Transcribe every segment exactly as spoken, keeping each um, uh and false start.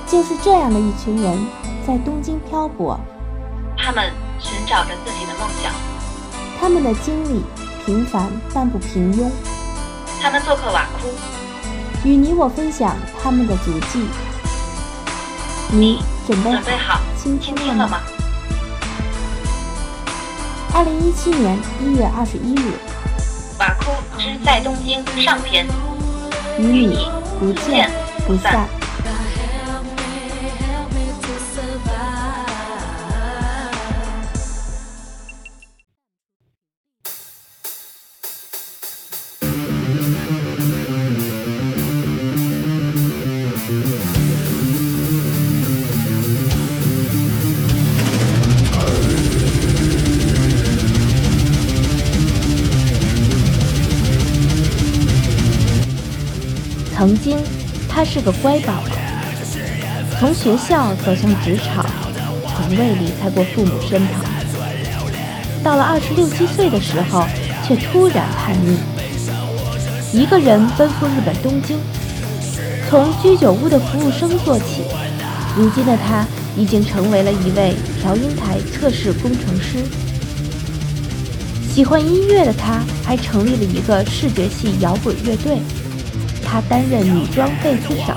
就是这样的一群人在东京漂泊， 他们寻找着自己的梦想， 他们的经历平凡但不平庸， 他们做客瓦库， 与你我分享他们的足迹。 你准备准备好倾听听了吗？ 了吗？ 二零一七年一月二十一日， 瓦库之在东京上篇， 与你不见不散。曾经，他是个乖宝宝，从学校走向职场，从未离开过父母身旁。到了二十六七岁的时候，却突然叛逆，一个人奔赴日本东京，从居酒屋的服务生做起。如今的他已经成为了一位调音台测试工程师。喜欢音乐的他，还成立了一个视觉系摇滚乐队。他担任女装贝斯手。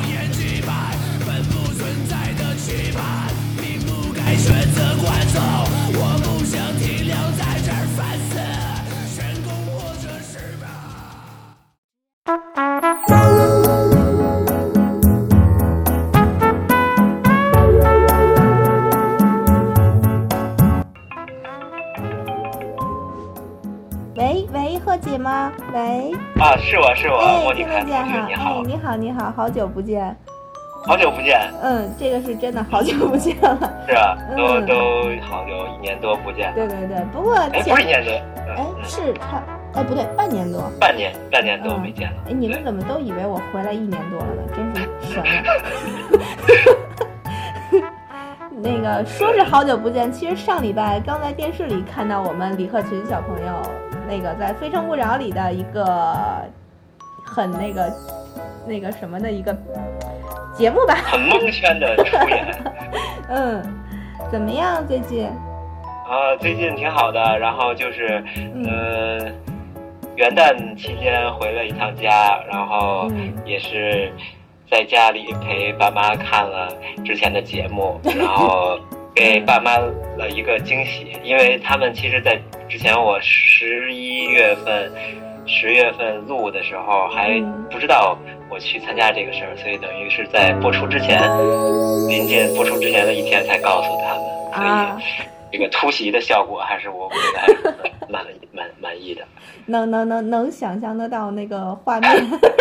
喂喂，贺姐吗？喂。 啊，是我是我， 哎， 莫妮卡听得见哈？ 你好， 哎，你好你好，好久不见。 好久不见。 嗯，这个是真的好久不见了。 是啊，都、 嗯、 都好久，一年多不见。 对对对，不过哎，不是一年多， 哎、 嗯、 是差，哎不对，半年多。 半年半年多没见了。 哎、嗯，你们怎么都以为我回来一年多了呢？真是神了。那个说是好久不见，其实上礼拜刚在电视里看到我们李克群小朋友那个在《非诚勿扰》里的一个很那个那个什么的一个节目吧， 很蒙圈的出演。 嗯，怎么样最近？ 啊，最近挺好的，然后就是嗯、 呃，元旦期间回了一趟家，然后也是在家里陪爸妈看了之前的节目，然后给爸妈了一个惊喜，因为他们其实在之前我十一月份十月份录的时候还不知道我去参加这个事儿，所以等于是在播出之前临近播出之前的一天才告诉他们，所以这个突袭的效果还是我觉得还是蛮蛮满意的。 能能能能想象得到那个画面。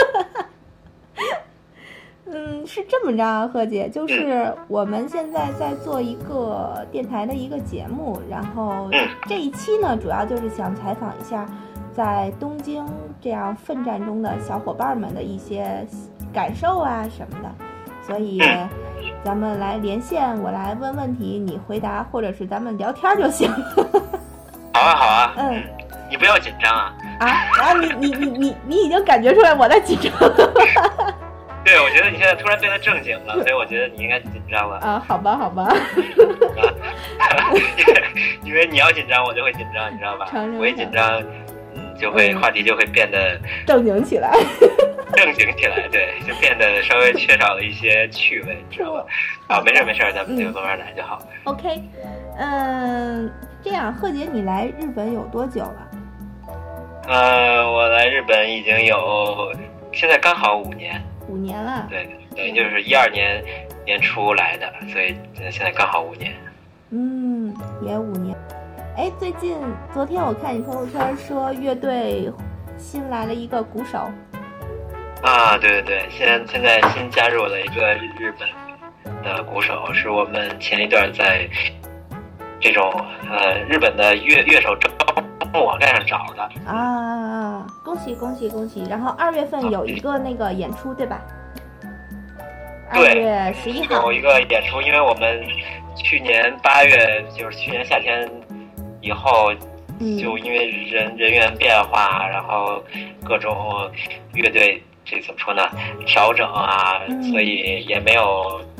嗯，是这么着，贺姐，就是我们现在在做一个电台的一个节目，然后这一期呢，主要就是想采访一下在东京这样奋战中的小伙伴们的一些感受啊什么的，所以咱们来连线，我来问问题，你回答，或者是咱们聊天就行。 好啊，好啊， 嗯， 你不要紧张啊。 啊啊，你你你你你已经感觉出来我在紧张。 对，我觉得你现在突然变得正经了，所以我觉得你应该紧张了。 啊，好吧，好吧。 因为你要紧张，我就会紧张，你知道吧？我一紧张，嗯，就会、嗯、话题就会变得正经起来。 正经起来，对，就变得稍微缺少了一些趣味，你知道吧？啊，没事没事，咱们就慢慢来就好了。 嗯、OK， 嗯，这样，贺姐，你来日本有多久了？ 呃，我来日本已经有，现在刚好五年。 五年了， 对，等于就是一二年年初来的，所以现在刚好五年。 嗯，也五年。哎，最近昨天我看你朋友圈说乐队新来了一个鼓手。 啊，对对对，现现在新加入了一个日本的鼓手，是我们前一段在这种呃日本的乐乐手招募网站上找的。 啊，恭喜恭喜恭喜！然后二月份有一个那个演出，对吧？ 对， 二月十一号有一个演出，因为我们去年八月，就是去年夏天以后，就因为人人员变化，然后各种乐队这怎么说呢，调整啊，所以也没有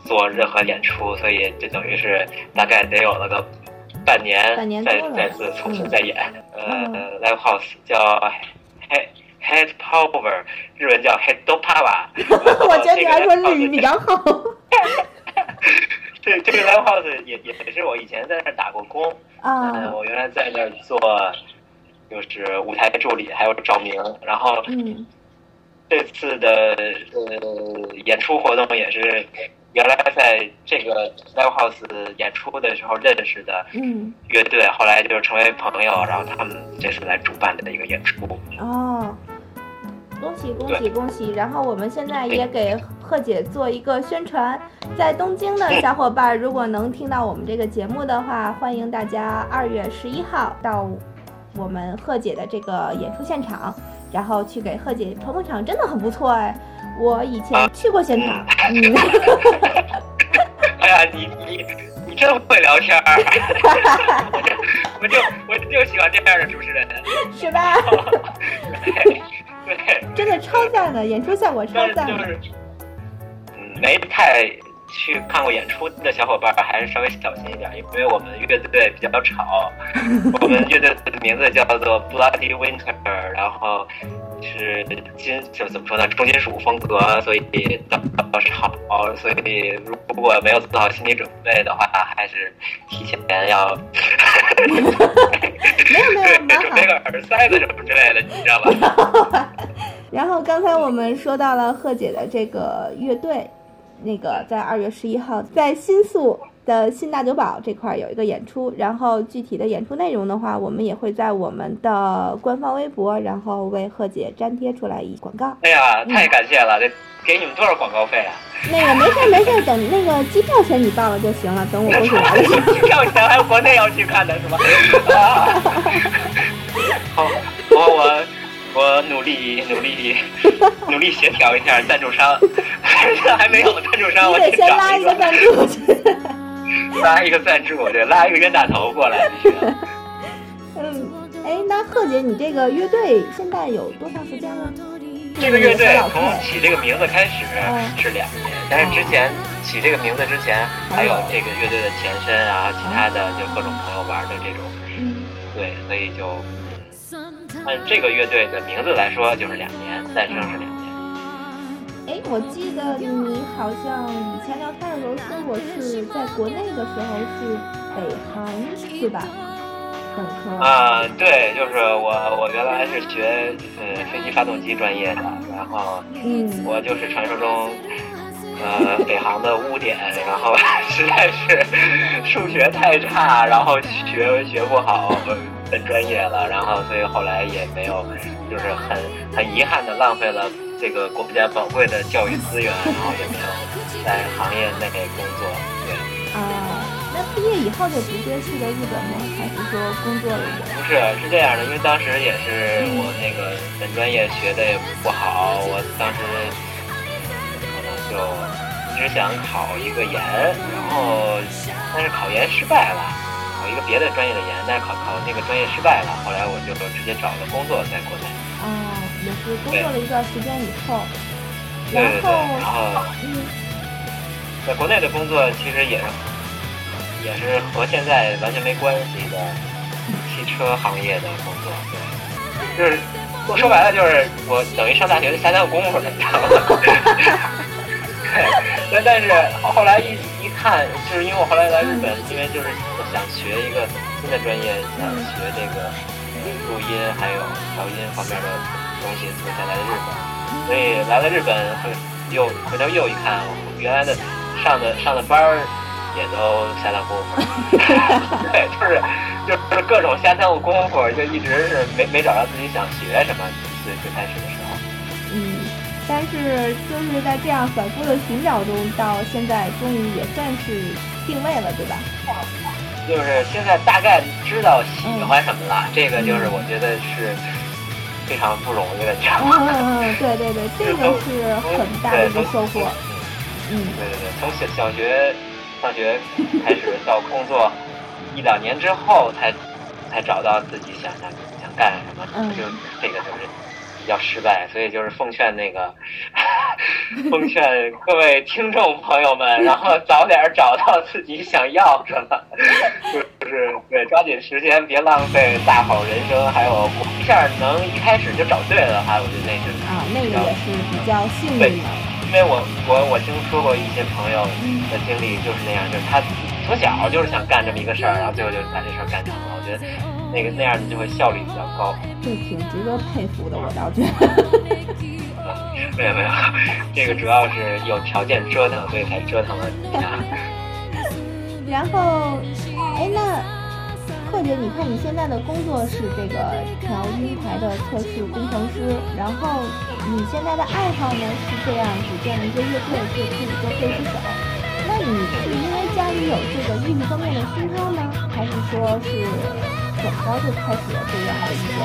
做任何演出，所以就等于是大概得有了个半年，半年再再次重新再演。嗯、呃 ，live house 叫 head head power， 日文叫 head power。我觉得你还说日语比较好。这这个 live house 也也是我以前在那儿打过工啊、呃，我原来在那儿做就是舞台助理，还有照明，然后嗯。这次的呃演出活动也是原来在这个 live house 演出的时候认识的乐队，嗯、后来就成为朋友，然后他们这次来主办的一个演出。哦，恭喜恭喜恭喜！然后我们现在也给贺姐做一个宣传，在东京的小伙伴如果能听到我们这个节目的话，欢迎大家二月十一号到我们贺姐的这个演出现场。然后去给贺姐捧捧场，真的很不错哎！我以前去过现场。嗯。哎呀，你你你真会聊天儿！我就我就我就喜欢这样的主持人，是吧？对对，真的超赞的，演出效果超赞的。就是嗯，没太去看过演出的小伙伴还是稍微小心一点，因为我们乐队比较吵。我们乐队的名字叫做 Bloody Winter， 然后是金就怎么说呢，重金属风格，所以比较吵。所以如果没有做好心理准备的话，还是提前要没有没有对准备个耳塞子什么之类的，你知道吧？然后刚才我们说到了贺姐的这个乐队。那个在二月十一号在新宿的新大久保这块有一个演出，然后具体的演出内容的话，我们也会在我们的官方微博，然后为贺姐粘贴出来一广告。哎呀，太感谢了！这、嗯、给你们多少广告费啊？那个没事没事，等那个机票钱你报了就行了。等我过去来的时候，机票钱还有国内要去看的是吗？啊、好，我我。我努力努力努力协调一下赞助商，还没有赞助商，我得先拉一个赞助去，拉一个赞助，对，拉一个冤大头过来必须。嗯，哎，那贺姐，你这个乐队现在有多长时间了？这个乐队从起这个名字开始是两年，嗯、但是之前起这个名字之前还有这个乐队的前身啊，其他的就各种朋友玩的这种，嗯，对，所以就。按这个乐队的名字来说，就是两年，诞生是两年。哎，我记得你好像以前聊天的时候说过，是在国内的时候是北航，对吧？本科。啊，对，就是我，我原来是学呃飞机发动机专业的，然后嗯，我就是传说中呃北航的污点，然后实在是数学太差，然后学学不好。很专业了，然后所以后来也没有，就是很很遗憾的浪费了这个国家宝贵的教育资源，然后也没有在行业内工作。对啊，那毕业以后就直接去的日本吗？还是说工作了？不是，是这样的，因为当时也是我那个本专业学的也不好，我当时可能就一直想考一个研，然后但是考研失败了。考一个别的专业的研，但是考考那个专业失败了，后来我就直接找了工作在国内。哦，也是工作了一段时间以后，对对对，然后嗯，在国内的工作其实也是也是和现在完全没关系的汽车行业的工作，对，就是我说白了就是我等于上大学的下三功夫了，你知道吗？对，但是后来一一看，就是因为我后来来日本，因为就是想学一个新的专业，想学这个录音还有调音方面的东西，所以才来的日本。所以来了日本，又回头又一看，原来的上的上的班儿也都下趟功夫。对，就是就是各种下趟功夫，就一直是没没找到自己想学什么，最最开始的时候。嗯。但是就是在这样反复的寻找中，到现在终于也算是定位了，对吧？就是现在大概知道喜欢什么了，嗯、这个就是我觉得是非常不容易的，这样。嗯嗯嗯，对对对，这个是很大的一个收获。嗯，对对对，从小小学上学开始到工作一两年之后才，才才找到自己想想想干什么，嗯、就这个就是。比较失败，所以就是奉劝那个 奉劝各位听众朋友们，然后早点找到自己想要什么，就是对，抓紧时间，别浪费大好人生。还有一下能一开始就找对了的话，我觉得那是啊，那个也是比较幸运的。 因为我我我听说过一些朋友的经历就是那样，就是他从小就是想干这么一个事儿，然后最后就把这事儿干成了。我觉得那个那样你就会效率比较高， 这挺值得佩服的，我倒觉得。 没有没有，这个主要是有条件折腾，所以才折腾了一下。 然后，哎，那贺姐，你看你现在的工作是这个调音台的测试工程师，然后你现在的爱好呢是这样组建了一个乐队，就自己做贝斯手。那你是因为家里有这个艺术方面的熏陶呢，还是说是怎么着就开始了这样的一个？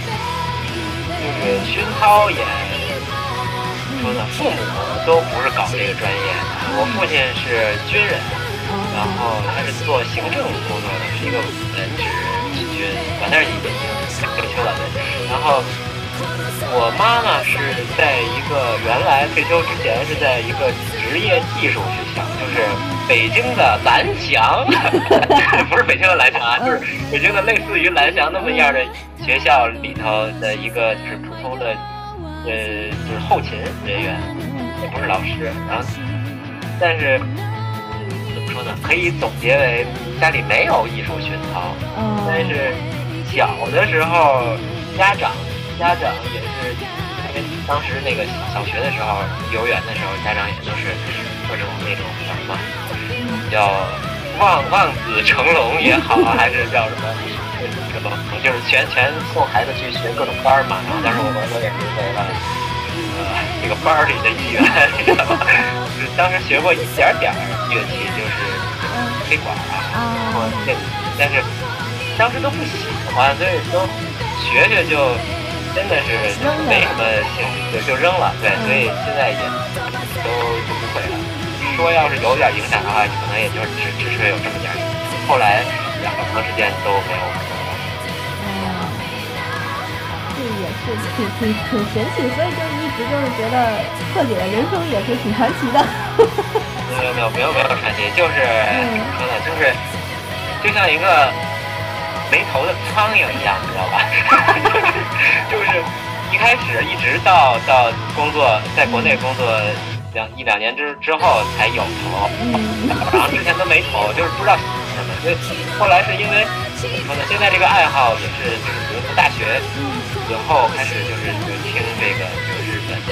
就是熏陶也说呢，父母都不是搞这个专业的。我父亲是军人，然后他是做行政工作的，是一个文职军，完但是已经退休了。然后我妈妈是在一个原来退休之前是在一个职业技术学校，就是北京的蓝翔，不是北京的蓝翔啊，就是北京的类似于蓝翔那么样的学校里头的一个就是普通的呃就是后勤人员，也不是老师。然后但是怎么说呢，可以总结为家里没有艺术熏陶，但是小的时候家长家长也是因为当时那个小学的时候幼儿园的时候家长也都是各种那种叫什么叫望望子成龙也好，还是叫什么什么，就是全全送孩子去学各种班嘛。然后当时我我也是为了呃这个班里的一员，知道吗？就是当时学过一点点乐器，就是黑管啊，或者电子，但是当时都不喜欢，所以都学学就真的是没什么兴趣，就就扔了。对，所以现在也都都不会了。说要是有点影响的话，可能也就只只是有这么点影响。后来养了长时间都没有说了。 嗯，这也是挺挺挺神奇，所以就一直就是觉得贺姐的人生也是挺传奇的。 没有没有没有没有传奇，就是怎么说呢，就是就像一个没头的苍蝇一样，你知道吧？就是一开始一直到到工作，在国内工作两一两年之之后才有头，然后之前都没头，就是不知道什么。所以后来是因为怎么说呢？现在这个爱好也是，就是比如读大学以后开始就是就听这个就是日本的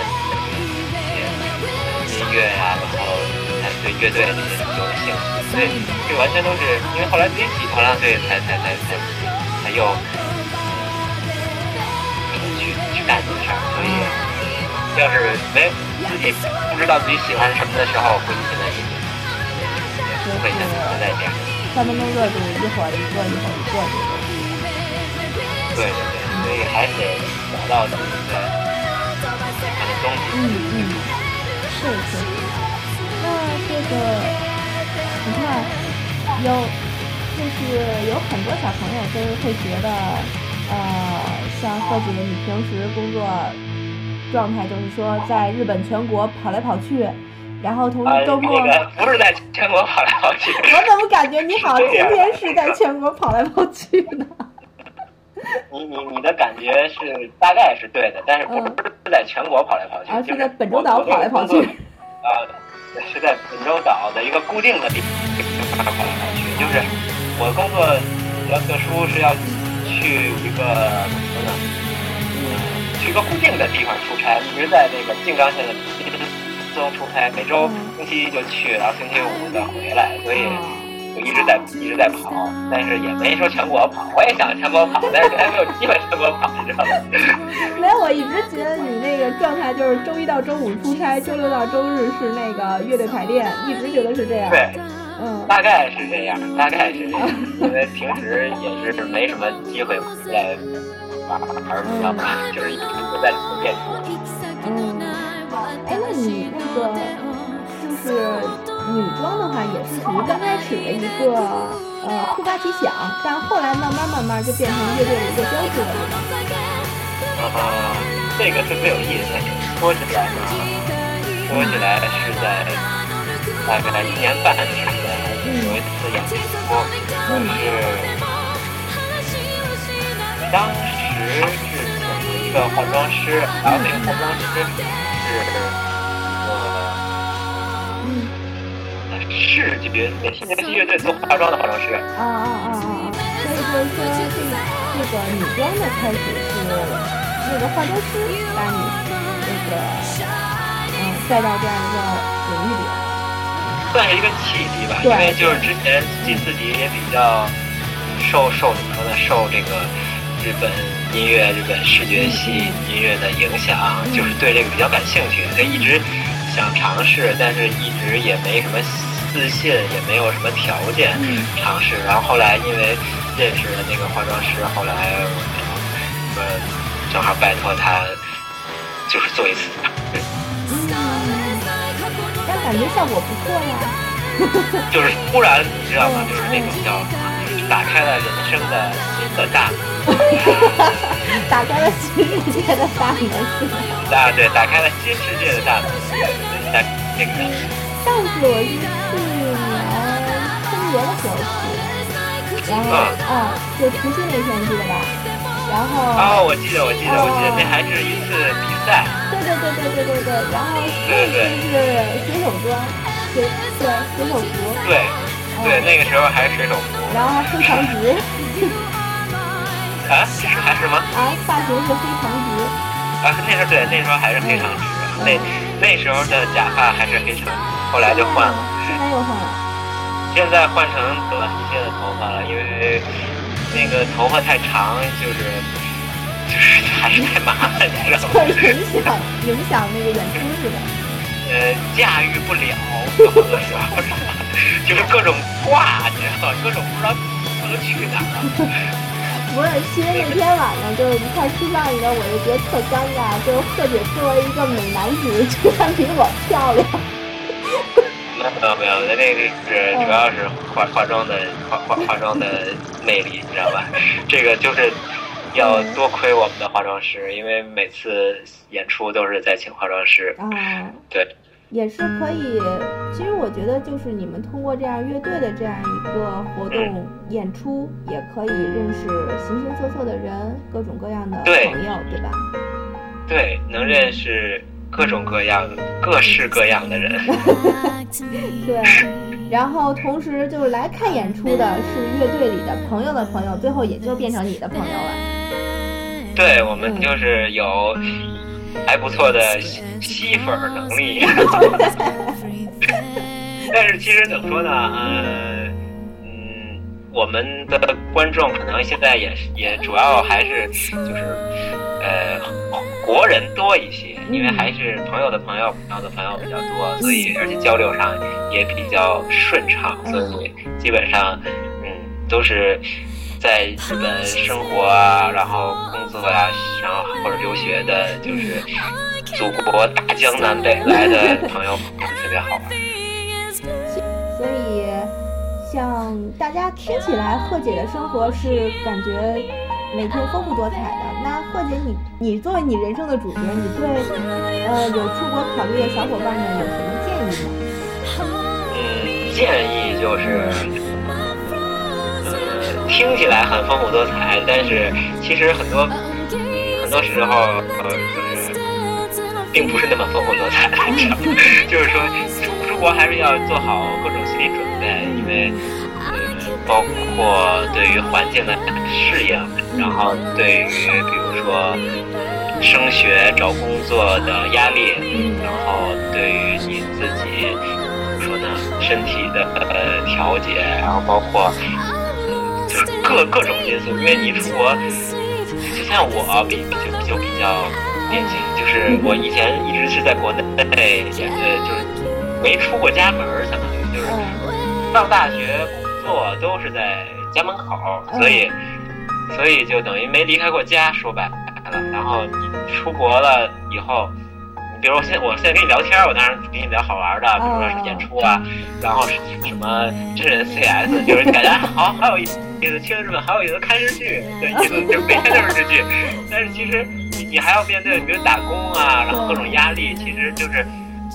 一些音乐呀、啊，然后才对乐队这些有了兴趣。所以这完全都是因为后来自己喜欢了，所以才才才才才又去去干这个事儿。所以要是没自己不知道自己喜欢什么的时候，估计现在也也不会像现在这样。 三分钟热度，一会儿一个，一会儿一个这种。 对对对，所以还得找到自己的喜欢的东西。 嗯嗯，是是。那这个你看，有就是有很多小朋友都会觉得，呃，像贺姐，你平时工作状态就是说在日本全国跑来跑去，然后同时周末、 呃那个、不是在全国跑来跑去。 我怎么感觉你好像天天是在全国跑来跑去呢？ 你你你的感觉是大概是对的，但是不是在全国跑来跑去， 而、 嗯、 是在本州岛跑来跑去。 呃，是在本州岛的一个固定的地方跑来跑去。就是我工作比较特殊，是要去一个怎么说呢？嗯，去一个固定的地方出差，一直在那个静冈县的新松出差，每周星期一就去，然后星期五再回来，所以。我一直在一直在跑，但是也没说全国跑。我也想全国跑，但是还没有机会全国跑，你知道吗？ 没有，我一直觉得你那个状态就是周一到周五出差，周六到周日是那个乐队排练，一直觉得是这样。 对， 嗯， 大概是这样，大概是这样，因为平时也是没什么机会回来玩儿，你知道吗？就是一直都在练出。 嗯，哎，那你那个就是。女装的话也是属于刚开始的一个呃突发奇想，但后来慢慢慢慢就变成乐队的一个标志了。 啊、呃，这个特别有意思。说起来呢， 说起来是在大概一年半之前有一次演出，就是当时是请了一个化妆师，然后那个化妆师是呃视觉新年乐队做化妆的化妆师。 啊啊啊啊啊！所以就是说，这这个女装的开始是那个化妆师把你那个嗯带到这样一个领域里来。 算是一个契机吧，因为就是之前自己也比较受受怎么说呢，受这个日本音乐、日本视觉系音乐的影响，就是对这个比较感兴趣，所以一直想尝试，但是一直也没什么自信，也没有什么条件尝试。然后后来因为认识了那个化妆师，后来我就呃正好拜托他，就是做一次尝试。 但感觉效果不错呀。 就是突然你知道吗？就是那种叫打开了人生的新的大门。 打开了新世界的大门是吗？ 啊，对，打开了新世界的大门。在那个上次我是去年春节的时候去，然后啊、嗯嗯，就除夕那天去的吧。然后哦，我记得，我记得，我记得，那还是一次比赛。 对对对对对对对，然后对对是水手装，水对水手服。 对对，那个时候还是水手服。 然后还黑长直。 啊？是还是什么？ 啊，发型是黑长直。 啊，那时候对，那时候还是黑长直。那那时候的假发还是黑长直，后来就换了。 现在又换了。 现在换成短一些的头发了，因为那个头发太长，就是就是还是太麻烦，你知道吗？ 影响影响那个演出是吧？ 呃，驾驭不了，有的时候就是各种挂，你知道吗？各种不知道怎么去哪儿。 不是，其实那天晚上就是一块吃饭的时候，我就觉得特尴尬，就是贺姐作为一个美男子，居然比我漂亮。 没有没有，那那个是主要是化化妆的化化化妆的魅力，你知道吧？这个就是要多亏我们的化妆师，因为每次演出都是在请化妆师。 啊， 对， 也是可以。其实我觉得，就是你们通过这样乐队的这样一个活动演出，也可以认识形形色色的人，各种各样的朋友，对吧？ 对，能认识各种各样、各式各样的人。 对，然后同时就是来看演出的是乐队里的朋友的朋友，最后也就变成你的朋友了。 对，我们就是有还不错的吸粉能力。但是其实怎么说呢？呃，嗯，我们的观众可能现在也也主要还是就是呃国人多一些，因为还是朋友的朋友朋友的朋友比较多，所以而且交流上也比较顺畅，所以基本上嗯都是在日本生活啊，然后工作呀、啊，然后或者留学的，就是祖国大江南北来的朋友，特别好玩。 所以，像大家听起来，贺姐的生活是感觉每天丰富多彩的。那贺姐你，你你作为你人生的主角，你对呃有出国考虑的小伙伴们有什么建议吗？ 嗯，建议就是。听起来很丰富多彩，但是其实很多很多时候呃就是并不是那么丰富多彩的，就是说出不出国还是要做好各种心理准备，因为呃包括对于环境的适应，然后对于比如说升学找工作的压力，然后对于你自己怎么说呢身体的呃调节，然后包括就是各各种因素，因为你出国，就像我比就就比较典型，就是我以前一直是在国内，也呃就是没出过家门，相当于就是上大学、工作都是在家门口，所以所以就等于没离开过家，说白了。然后你出国了以后。比如我现在我现在跟你聊天，我当然跟你聊好玩的，比如说是演出啊，然后什么真人 C S， 就是感觉好好有意思，去日本好有意思，看日剧的意思，就是每天都是日剧。但是其实你你还要面对，比如打工啊，然后各种压力，其实就是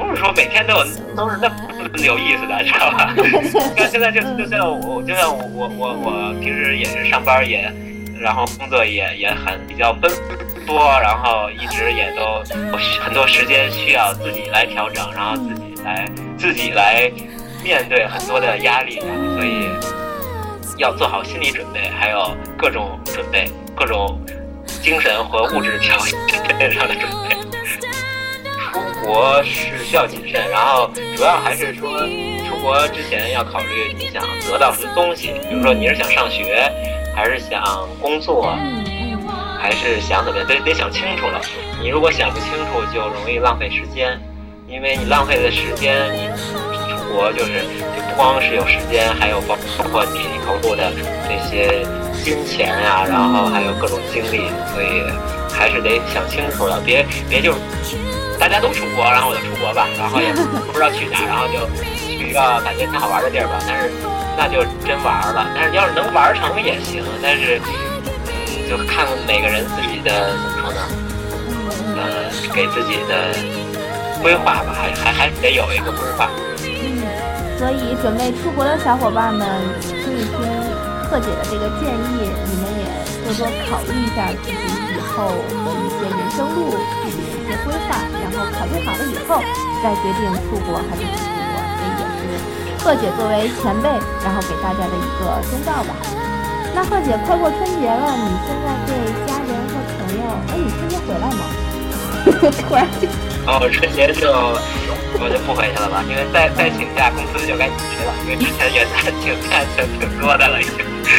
不是说每天都有都是那么有意思的，知道吧？像现在就就像我就像我我我我平时也是上班也，然后工作也也很比较奔波，然后一直也都我很多时间需要自己来调整，然后自己来自己来面对很多的压力，所以要做好心理准备，还有各种准备，各种精神和物质条件上的准备。出国是需要谨慎，然后主要还是说出国之前要考虑你想得到什么东西，比如说你是想上学，还是想工作，还是想怎么样，得得想清楚了。你如果想不清楚，就容易浪费时间，因为你浪费的时间，你出国就是就不光是有时间，还有包括你投入的这些金钱啊，然后还有各种精力，所以还是得想清楚了，别别就大家都出国，然后我就出国吧，然后也不知道去哪，然后就去一个感觉挺好玩的地儿吧，但是那就真玩了。但是要是能玩成也行，但是嗯，就看每个人自己的怎么说呢，呃，给自己的规划吧，还还还得有一个规划。 嗯，所以准备出国的小伙伴们听一听贺姐的这个建议，你们也多多考虑一下自己以后的一些人生路，自己的一些规划，然后考虑好了以后再决定出国还是不出国。这也是贺姐作为前辈，然后给大家的一个忠告吧。那贺姐快过春节了，你现在对家人和朋友，哎，你春节回来吗？突然就哦，春节就我就不回去了吧，因为再再请假公司就该请去了，因为之前元旦请假就挺多的了已经。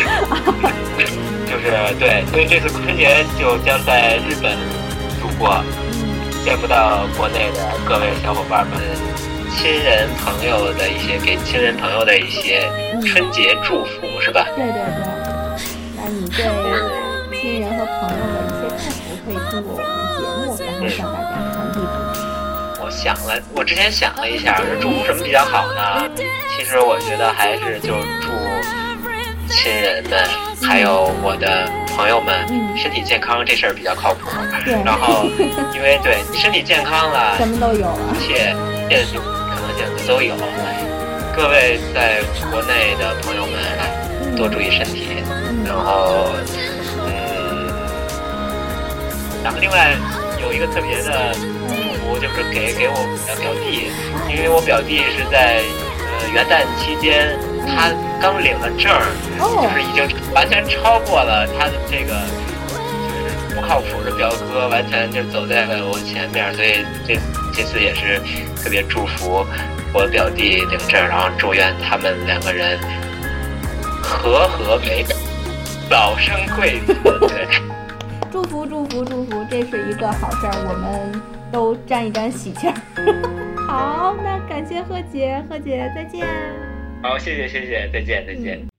就是对，所以这次春节就将在日本度过，见不到国内的各位小伙伴们，亲人朋友的一些给亲人朋友的一些春节祝福，是吧？ 对对对，那你对亲人和朋友的一些祝福可以通过我们节目，然后向大家传递出去。 我想了，我之前想了一下，祝福什么比较好呢？其实我觉得还是就祝亲人们还有我的朋友们身体健康，这事儿比较靠谱。然后因为对你身体健康了， 什么都有了， 一切一切可能性就都有。各位在国内的朋友们多注意身体，然后嗯，然后另外有一个特别的祝福，就是给给我的表弟，因为我表弟是在呃元旦期间，他刚领了证，就是已经完全超过了他的这个就是不靠谱的表哥，完全就走在了我前面，所以这这次也是特别祝福我表弟领证，然后祝愿他们两个人和和美美，早生贵子。对， 祝福祝福祝福，这是一个好事儿，我们都沾一沾喜气儿。好，那感谢贺姐，贺姐再见。 好，谢谢谢谢，再见再见。